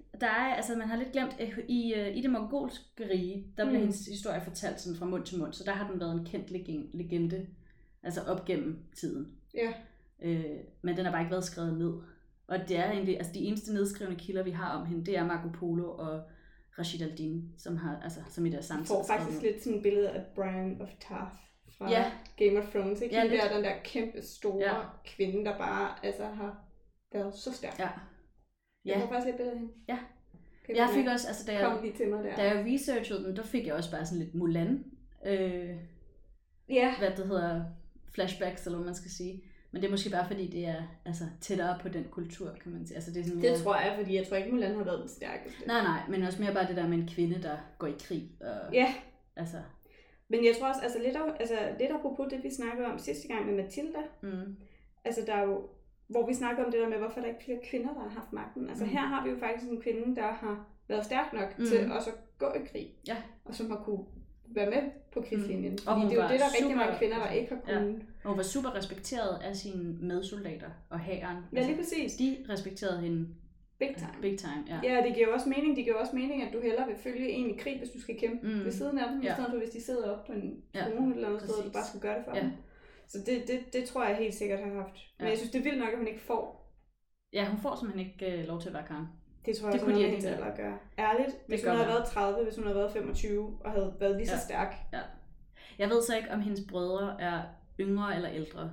Speaker 2: der er, altså man har lidt glemt, i, i det mongolske rige, der blev mm. hendes historie fortalt sådan fra mund til mund, så der har den været en kendt legende, altså op gennem tiden.
Speaker 1: Ja.
Speaker 2: Øh, men den har bare ikke været skrevet ned. Og det er egentlig, altså de eneste nedskrevne kilder, vi har om hende, det er Marco Polo og Rashid al-Din, som har, altså, som i deres samtid.
Speaker 1: Jeg får faktisk lidt sådan et billede af Brienne of Tarth fra
Speaker 2: ja.
Speaker 1: Game of Thrones, ikke?
Speaker 2: Ja,
Speaker 1: den, der, den der kæmpe store ja. kvinde, der bare altså, har været så stærk.
Speaker 2: Ja.
Speaker 1: Jeg får faktisk lidt billede af hende.
Speaker 2: Ja. Kan jeg fik også, altså da jeg,
Speaker 1: kom lige til mig der.
Speaker 2: Da jeg researchede den, der fik jeg også bare sådan lidt Mulan. Øh,
Speaker 1: ja.
Speaker 2: Hvad det hedder, flashbacks, eller hvad man skal sige. Men det er måske bare fordi, det er altså, tættere på den kultur, kan man sige. Altså, det er sådan,
Speaker 1: det
Speaker 2: hvor...
Speaker 1: tror jeg, fordi jeg tror ikke, Mulan har været den stærkeste.
Speaker 2: Nej, nej, men også mere bare det der med en kvinde, der går i krig. Og,
Speaker 1: ja.
Speaker 2: Altså...
Speaker 1: Men jeg tror også, altså lidt, af, altså lidt apropos det, vi snakkede om sidste gang med Matilda. Mm. Altså der er jo, hvor vi snakker om det der med, hvorfor der ikke er flere kvinder, der har haft magten. Altså mm. her har vi jo faktisk en kvinde, der har været stærk nok mm. til også at gå i krig.
Speaker 2: Ja. Og
Speaker 1: som har kunne være med på krigslinjen.
Speaker 2: Mm.
Speaker 1: Fordi det er jo det, der er rigtig mange kvinder, der ikke har kunnet.
Speaker 2: Ja. Og hun var super respekteret af sine medsoldater og hæren.
Speaker 1: Ja, lige præcis.
Speaker 2: De respekterede hende
Speaker 1: big time.
Speaker 2: Big time, ja.
Speaker 1: Ja, det giver jo også mening. Det giver også mening, at du hellere vil følge en i krig, hvis du skal kæmpe mm. ved siden af dem, ja. I stedet for hvis de sidder oppe på en trone ja. Eller noget sted, og du bare skal gøre det for ja. Dem. Så det, det, det tror jeg helt sikkert har haft. Men ja. Jeg synes, det er vildt nok, at hun ikke får.
Speaker 2: Ja, hun får simpelthen ikke uh, lov til at være Karen.
Speaker 1: Det tror jeg det også, kunne de ikke at gøre. Ærligt, hvis hun havde været tredive, hvis hun havde været femogtyve, og havde været lige så ja. Stærk.
Speaker 2: Ja. Jeg ved så ikke, om hendes brødre er yngre eller ældre.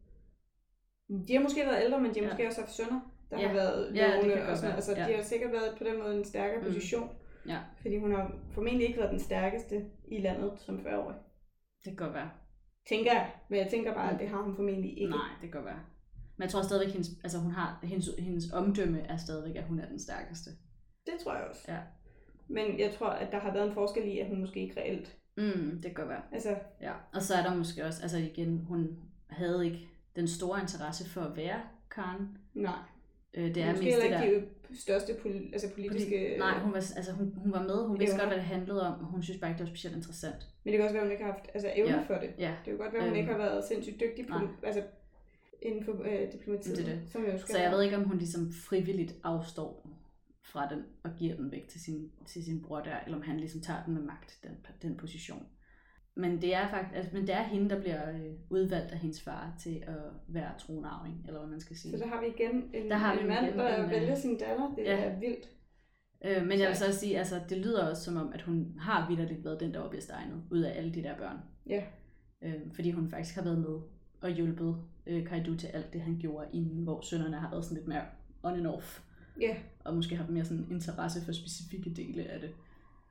Speaker 1: De har måske været ældre, men de har ja. Måske også haft sønner, der ja. Har været
Speaker 2: ja,
Speaker 1: lovende. Og sådan. Altså, ja. De har sikkert været på den måde en stærkere mm. position.
Speaker 2: Ja.
Speaker 1: Fordi hun har formentlig ikke været den stærkeste i landet som fyrre-årig.
Speaker 2: Det kan godt være.
Speaker 1: Tænker jeg. Men jeg tænker bare, at det har hun formentlig ikke.
Speaker 2: Nej, det kan godt være. Men jeg tror stadigvæk, hendes, altså hun har, hendes, hendes omdømme er stadigvæk, at hun er den stærkeste.
Speaker 1: Det tror jeg også.
Speaker 2: Ja.
Speaker 1: Men jeg tror, at der har været en forskel i, at hun måske ikke reelt.
Speaker 2: Mm, det kan godt være.
Speaker 1: Altså.
Speaker 2: Ja. Og så er der måske også, altså igen, hun havde ikke den store interesse for at være Karen.
Speaker 1: Nej.
Speaker 2: Øh, det er
Speaker 1: måske heller ikke de største poli- altså politiske...
Speaker 2: Politi- nej, hun var, altså, hun, hun var med, hun vidste godt, hvad det handlede om, hun synes bare ikke, det var specielt interessant.
Speaker 1: Men det kan også være, hun ikke har haft altså, evne
Speaker 2: ja.
Speaker 1: For det.
Speaker 2: Ja.
Speaker 1: Det kan godt være, hun øhm. ikke har været sindssygt dygtig på, altså, inden for øh, diplomatiet.
Speaker 2: Det det.
Speaker 1: Som jeg
Speaker 2: så jeg ved ikke, om hun ligesom frivilligt afstår fra den og giver den væk til sin, til sin bror der, eller om han ligesom tager den med magt, den, den position. Men det er faktisk, altså, men det er hende, der bliver øh, udvalgt af hendes far til at være tronarving, eller hvad man skal sige.
Speaker 1: Så der har vi igen en,
Speaker 2: der har
Speaker 1: en
Speaker 2: vi
Speaker 1: mand,
Speaker 2: igen,
Speaker 1: der
Speaker 2: en,
Speaker 1: vælger sin datter. Det
Speaker 2: ja.
Speaker 1: Er vildt.
Speaker 2: Øh, men jeg vil så også sige, altså det lyder også som om, at hun har vitterligt været den, der var bedst egnet, ud af alle de der børn.
Speaker 1: Ja.
Speaker 2: Øh, fordi hun faktisk har været med og hjulpet øh, Kaidu til alt det, han gjorde inden, hvor sønnerne har været sådan lidt mere on and off.
Speaker 1: Ja.
Speaker 2: Og måske har mere sådan interesse for specifikke dele af det.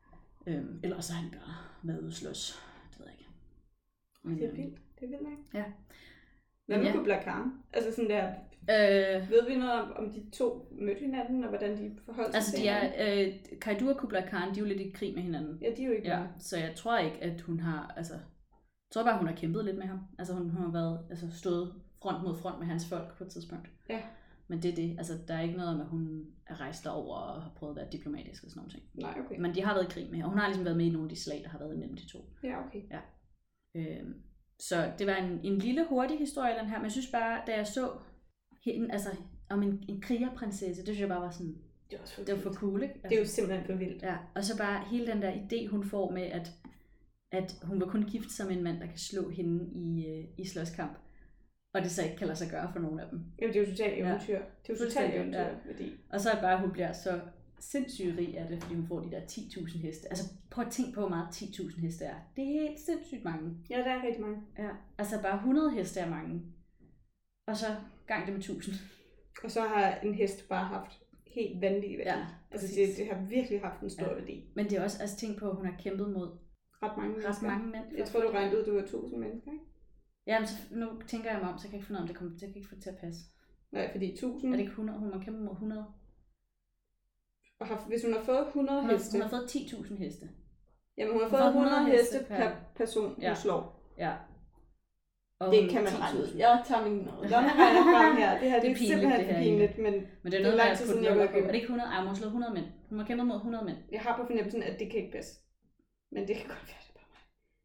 Speaker 2: Øh, ellers så har de bare været udslås. Det ved jeg ikke.
Speaker 1: Men, det er vildt. Det er vildt nok.
Speaker 2: Ja.
Speaker 1: Hvad med Kublai Khan? Altså sådan der... Øh, ved vi noget om, om de to mødte hinanden, og hvordan de forholdt sig
Speaker 2: altså
Speaker 1: til
Speaker 2: de er, øh, Kaidu og Kublai Khan, de er jo lidt i krig med hinanden.
Speaker 1: Ja, de er jo ikke
Speaker 2: ja, så jeg tror ikke, at hun har... Altså, jeg tror bare, hun har kæmpet lidt med ham. Altså hun, hun har været, altså, stået front mod front med hans folk på et tidspunkt.
Speaker 1: Ja.
Speaker 2: Men det er det. Altså, der er ikke noget om, at hun er rejst derover og har prøvet at være diplomatisk og sådan noget ting.
Speaker 1: Nej, okay.
Speaker 2: Men de har været i krig med, og hun har ligesom været med i nogle af de slag, der har været imellem de to.
Speaker 1: Ja, okay.
Speaker 2: Ja. Øhm, så det var en, en lille hurtig historie, den her. Men jeg synes bare, da jeg så hende, altså om en, en krigerprinsesse, det synes jeg bare var sådan,
Speaker 1: det var, for
Speaker 2: det var for cool, ikke? Altså,
Speaker 1: det er jo simpelthen for vildt.
Speaker 2: Ja, og så bare hele den der idé, hun får med, at, at hun var kun gift som en mand, der kan slå hende i, øh, i slåskamp. Og det så ikke kan lade sig gøre for nogen af dem.
Speaker 1: Jamen, det er jo totalt eventyr. Ja. Det er jo totalt eventyr. Ja.
Speaker 2: Og så er det bare, at hun bliver så sindssygt rig af det, fordi hun får de der ti tusind heste. Altså prøv at tænke på, hvor meget ti tusind heste er. Det er helt sindssygt mange.
Speaker 1: Ja, der er rigtig mange.
Speaker 2: Ja, altså bare hundrede heste er mange. Og så gang det med tusind.
Speaker 1: Og så har en hest bare haft helt vanvittig værdi.
Speaker 2: Ja,
Speaker 1: altså det, det har virkelig haft en stor ja. Værdi.
Speaker 2: Men det er også, altså tænk på, at hun har kæmpet mod
Speaker 1: ret mange
Speaker 2: ret
Speaker 1: mennesker.
Speaker 2: Mange mænd.
Speaker 1: Jeg tror, du regnede ud, at du var tusind mennesker, ikke?
Speaker 2: Jamen, så nu tænker jeg mig om, så kan jeg ikke finde ud af, om det kommer til, jeg kan ikke få det til at passe.
Speaker 1: Nej, fordi tusind...
Speaker 2: Er det ikke hundrede? Hun har kæmpet mod hundrede.
Speaker 1: Og har, hvis hun har fået hundrede
Speaker 2: hun
Speaker 1: heste...
Speaker 2: Hun har fået ti tusind heste.
Speaker 1: Jamen, hun har fået hundrede heste per person, hun
Speaker 2: ja.
Speaker 1: Slår.
Speaker 2: Ja.
Speaker 1: Og det kan man regne ud. Jeg tager min lommeregner frem her. Det her det er, det er simpelthen for pinligt, men,
Speaker 2: men det er noget, det er lang tid siden, jeg var på. Er det ikke hundrede? Ej, hun har slået hundrede mænd. Hun har kæmpet mod hundrede mænd.
Speaker 1: Jeg har på fornemmelsen, at det kan ikke passe. Men det kan godt være, det bare mig.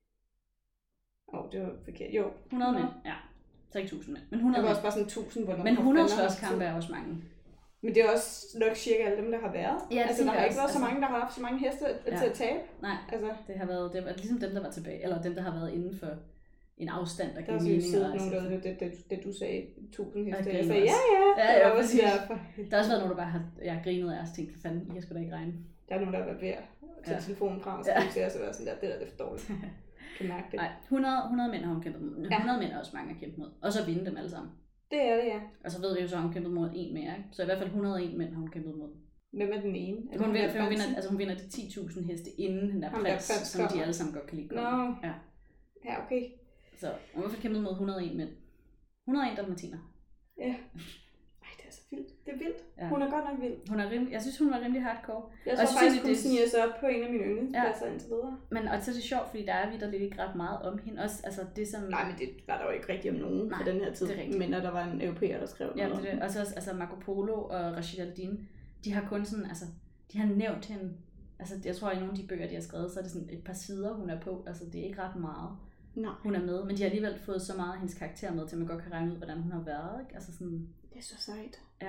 Speaker 1: Åh, oh, det var forkert. Jo.
Speaker 2: hundrede mænd, ja. Så ikke tusind mænd. Men hundrede
Speaker 1: det var også bare sådan tusind, hvor
Speaker 2: men hundrede slåskampe er også mange.
Speaker 1: Men det er også nok cirka alle dem, der har været.
Speaker 2: Ja,
Speaker 1: altså, der har ikke
Speaker 2: også,
Speaker 1: været så
Speaker 2: altså,
Speaker 1: mange, der har haft så mange heste ja. til at tabe.
Speaker 2: Nej,
Speaker 1: altså,
Speaker 2: det har været, det var ligesom dem, der var tilbage, eller dem, der har været inden for en afstand, der giver
Speaker 1: mening.
Speaker 2: Der
Speaker 1: har også siddet nogen derude, da, da, da du sagde tusind heste. Jeg
Speaker 2: sagde,
Speaker 1: ja, ja.
Speaker 2: ja, ja, ja præcis.
Speaker 1: Derfor.
Speaker 2: Der har også været nogen, der bare har ja, grinet af os og tænkt, for fanden, I kan sgu da ikke regne.
Speaker 1: Der er nogen, der har været ved at tage ja. telefonen frem og skrive ja. til os og være sådan der, det der det er for dårligt. Kan mærke det.
Speaker 2: Nej, hundrede, hundrede mænd har hun kæmpet mod. hundrede ja. mænd er også mange at kæmpe mod. Og så vinde dem alle sammen.
Speaker 1: Det er det, ja.
Speaker 2: Og så ved vi jo så, at hun kæmpet mod en mere, ikke? Så i hvert fald hundrede og en mænd har hun kæmpet mod.
Speaker 1: Hvem er den ene?
Speaker 2: Er hun, vinder, hun, vinder, altså hun vinder de ti tusind heste inden den der prins, der som de alle sammen godt kan lide.
Speaker 1: Nå.
Speaker 2: Ja.
Speaker 1: Ja, okay.
Speaker 2: Så hun har i hvert fald kæmpet mod hundrede og en mænd. hundrede og en dalmatiner.
Speaker 1: Ja. Ej, det er så vildt. Det er vildt. Ja. Hun er godt nok vild.
Speaker 2: Hun er rim, jeg synes, hun var rimelig hardcore.
Speaker 1: Jeg tror faktisk, synes, hun det... sniger sig op på en af mine yndlingspladser ja. indtil videre.
Speaker 2: Men og så er det sjovt, fordi der er vi der lidt ikke ret meget om hende. Også, altså, det, som...
Speaker 1: Nej, men det var der jo ikke rigtig om nogen på den her tid. Men der var en europæer, der skrev
Speaker 2: ja,
Speaker 1: noget
Speaker 2: det, det. Og så altså, Marco Polo og Rashid al-Din, de har kun sådan, altså, de har nævnt hende. Altså, jeg tror, i nogle af de bøger, de har skrevet, så er det sådan et par sider, hun er på. Altså, det er ikke ret meget.
Speaker 1: Nej.
Speaker 2: Hun er med, men de har alligevel fået så meget af hendes karakter med, til at man godt kan regne ud, hvordan hun har været, ikke? Altså sådan...
Speaker 1: Det er så sejt.
Speaker 2: Ja.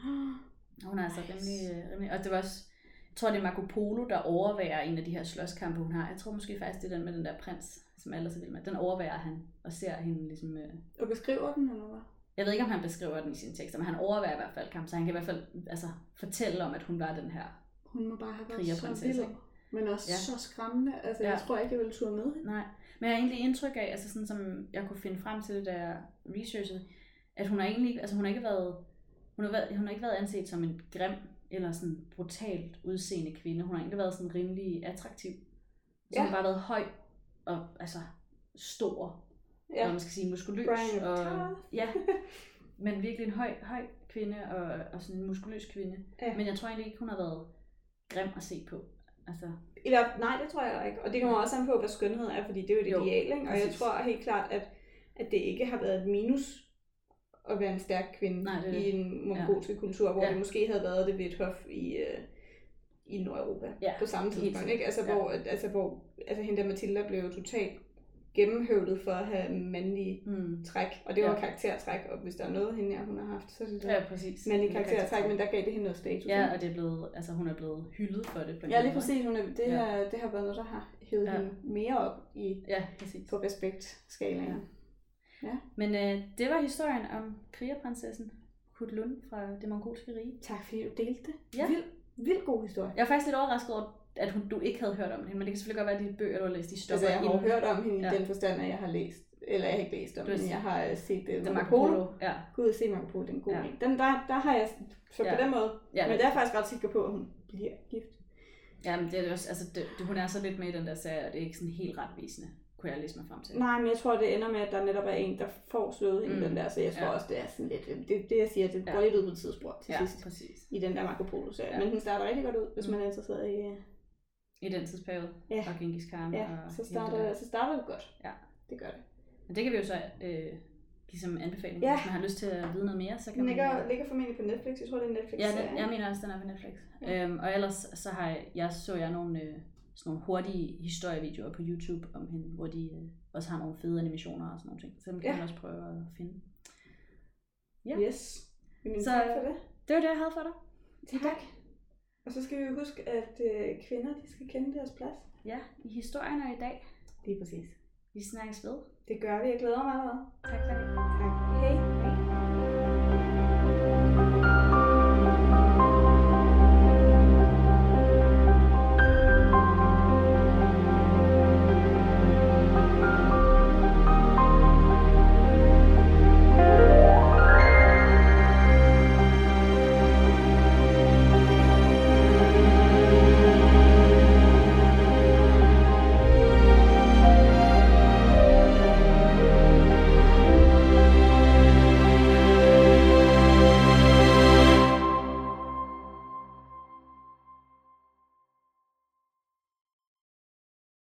Speaker 2: Hun er altså rimelig, rimelig... Og det var også... Jeg tror, det er Marco Polo, der overværer en af de her slåskampe, hun har. Jeg tror måske faktisk, det er den med den der prins, som alle er så vild med. Den overværer han, og ser hende ligesom... Øh...
Speaker 1: Og beskriver den, eller hvad?
Speaker 2: Jeg ved ikke, om han beskriver den i sine tekster, men han overværer i hvert fald kamp, så han kan i hvert fald altså, fortælle om, at hun var den her
Speaker 1: Hun må bare have været så vild, men også ja. så skræmmende. Altså, jeg ja. tror ikke, jeg ville turde med hende.
Speaker 2: Nej, men jeg har egentlig indtryk af, altså sådan som jeg kunne finde frem til det, da jeg researchede, at hun har egentlig, altså hun har ikke været, hun har, været, hun har ikke været anset som en grim eller sådan brutalt udseende kvinde. Hun har egentlig været sådan rimelig attraktiv. Så ja. hun har bare været høj og altså stor, ja. og man skal sige muskuløs. Og, ja, men virkelig en høj, høj kvinde og, og sådan en muskuløs kvinde. Ja. Men jeg tror egentlig ikke, hun har været grim at se på. Altså.
Speaker 1: Eller, nej, det tror jeg ikke. Og det kommer også an på, hvad skønhed er, fordi det er jo et jo, ideal, ikke? Og præcis. Jeg tror helt klart, at, at det ikke har været et minus at være en stærk kvinde nej, det, i en mongolske ja. kultur, hvor ja. det måske havde været det ved et hof i, uh, i Nordeuropa ja. på samme tidspunkt, ikke? Altså, ja. hvor, altså, hvor altså, hende der Matilda blev totalt gennemhøvlet for at have mandlige mm. træk, og det var ja. karaktertræk, og hvis der er noget hende her, hun har haft, så er det
Speaker 2: ja, præcis.
Speaker 1: mandlige karaktertræk, men der gav det hende noget status.
Speaker 2: Ja, og det er blevet, altså hun er blevet hyldet for det. På
Speaker 1: ja, lige præcis. Hun er, det, ja. har, det har været noget, der har hævet ja. hende mere op i,
Speaker 2: ja, præcis.
Speaker 1: på respektskalaen. Ja.
Speaker 2: Ja. Men øh, det var historien om krigerprinsessen Kutlun fra det mongolske rige.
Speaker 1: Tak fordi du delte det.
Speaker 2: Ja.
Speaker 1: Vild, vild god historie.
Speaker 2: Jeg var faktisk lidt overrasket over, at hun, du ikke havde hørt om hende, men det kan selvfølgelig godt være, at de bøger, du har læst, de stopper.
Speaker 1: Altså, jeg har inden. hørt om hende ja. i den forstand, at jeg har læst, eller jeg har ikke læst om hende, jeg har set det.
Speaker 2: Uh, Marco Polo. Ja.
Speaker 1: Gud, se Marco Polo, den god ja. Den, der, der har jeg, så ja. på den måde, ja, men der er jeg faktisk ret sikker på, at hun bliver gift.
Speaker 2: Ja, men det er også, altså, det, det, hun er så lidt med i den der serie, og det er ikke sådan helt retvisende, kunne jeg læse mig frem til.
Speaker 1: Nej, men jeg tror, det ender med, at der netop er en, der får slået hende mm. den der, så jeg tror ja. også, det er sådan lidt, det, det jeg siger, det går ja. lidt ud på tidsspor til
Speaker 2: ja,
Speaker 1: sidst.
Speaker 2: Præcis.
Speaker 1: I den der Marco Polo-serie. Ja. Men den starter rigtig godt ud, hvis man er interesseret i...
Speaker 2: I den tidsperiode,
Speaker 1: ja.
Speaker 2: og Genghis Khan.
Speaker 1: Ja, og så starter, så starter det godt.
Speaker 2: Ja.
Speaker 1: Det gør det.
Speaker 2: Men det kan vi jo så øh, give som anbefaling,
Speaker 1: ja.
Speaker 2: hvis man har lyst til at vide noget mere. Så kan
Speaker 1: den ligger,
Speaker 2: man...
Speaker 1: ligger formentlig på Netflix, jeg tror det er Netflix.
Speaker 2: Ja, den, jeg mener også, den er på Netflix. Ja. Øhm, og ellers så har jeg, jeg så jeg nogle, øh, sådan nogle hurtige historievideoer på YouTube om hende, hvor de øh, også har nogle fede animationer og sådan nogle ting. Så dem kan ja. man også prøve at finde.
Speaker 1: Ja. Yes. Jamen,
Speaker 2: så
Speaker 1: tak for det.
Speaker 2: Det var det, jeg havde for dig.
Speaker 1: Tak. tak. Og så skal vi jo huske, at øh, kvinder, de skal kende deres plads.
Speaker 2: Ja, i historien og i dag.
Speaker 1: Lige præcis.
Speaker 2: Vi snakkes ved.
Speaker 1: Det gør vi. Jeg glæder mig allerede.
Speaker 2: Tak for det.
Speaker 1: Tak. Hej.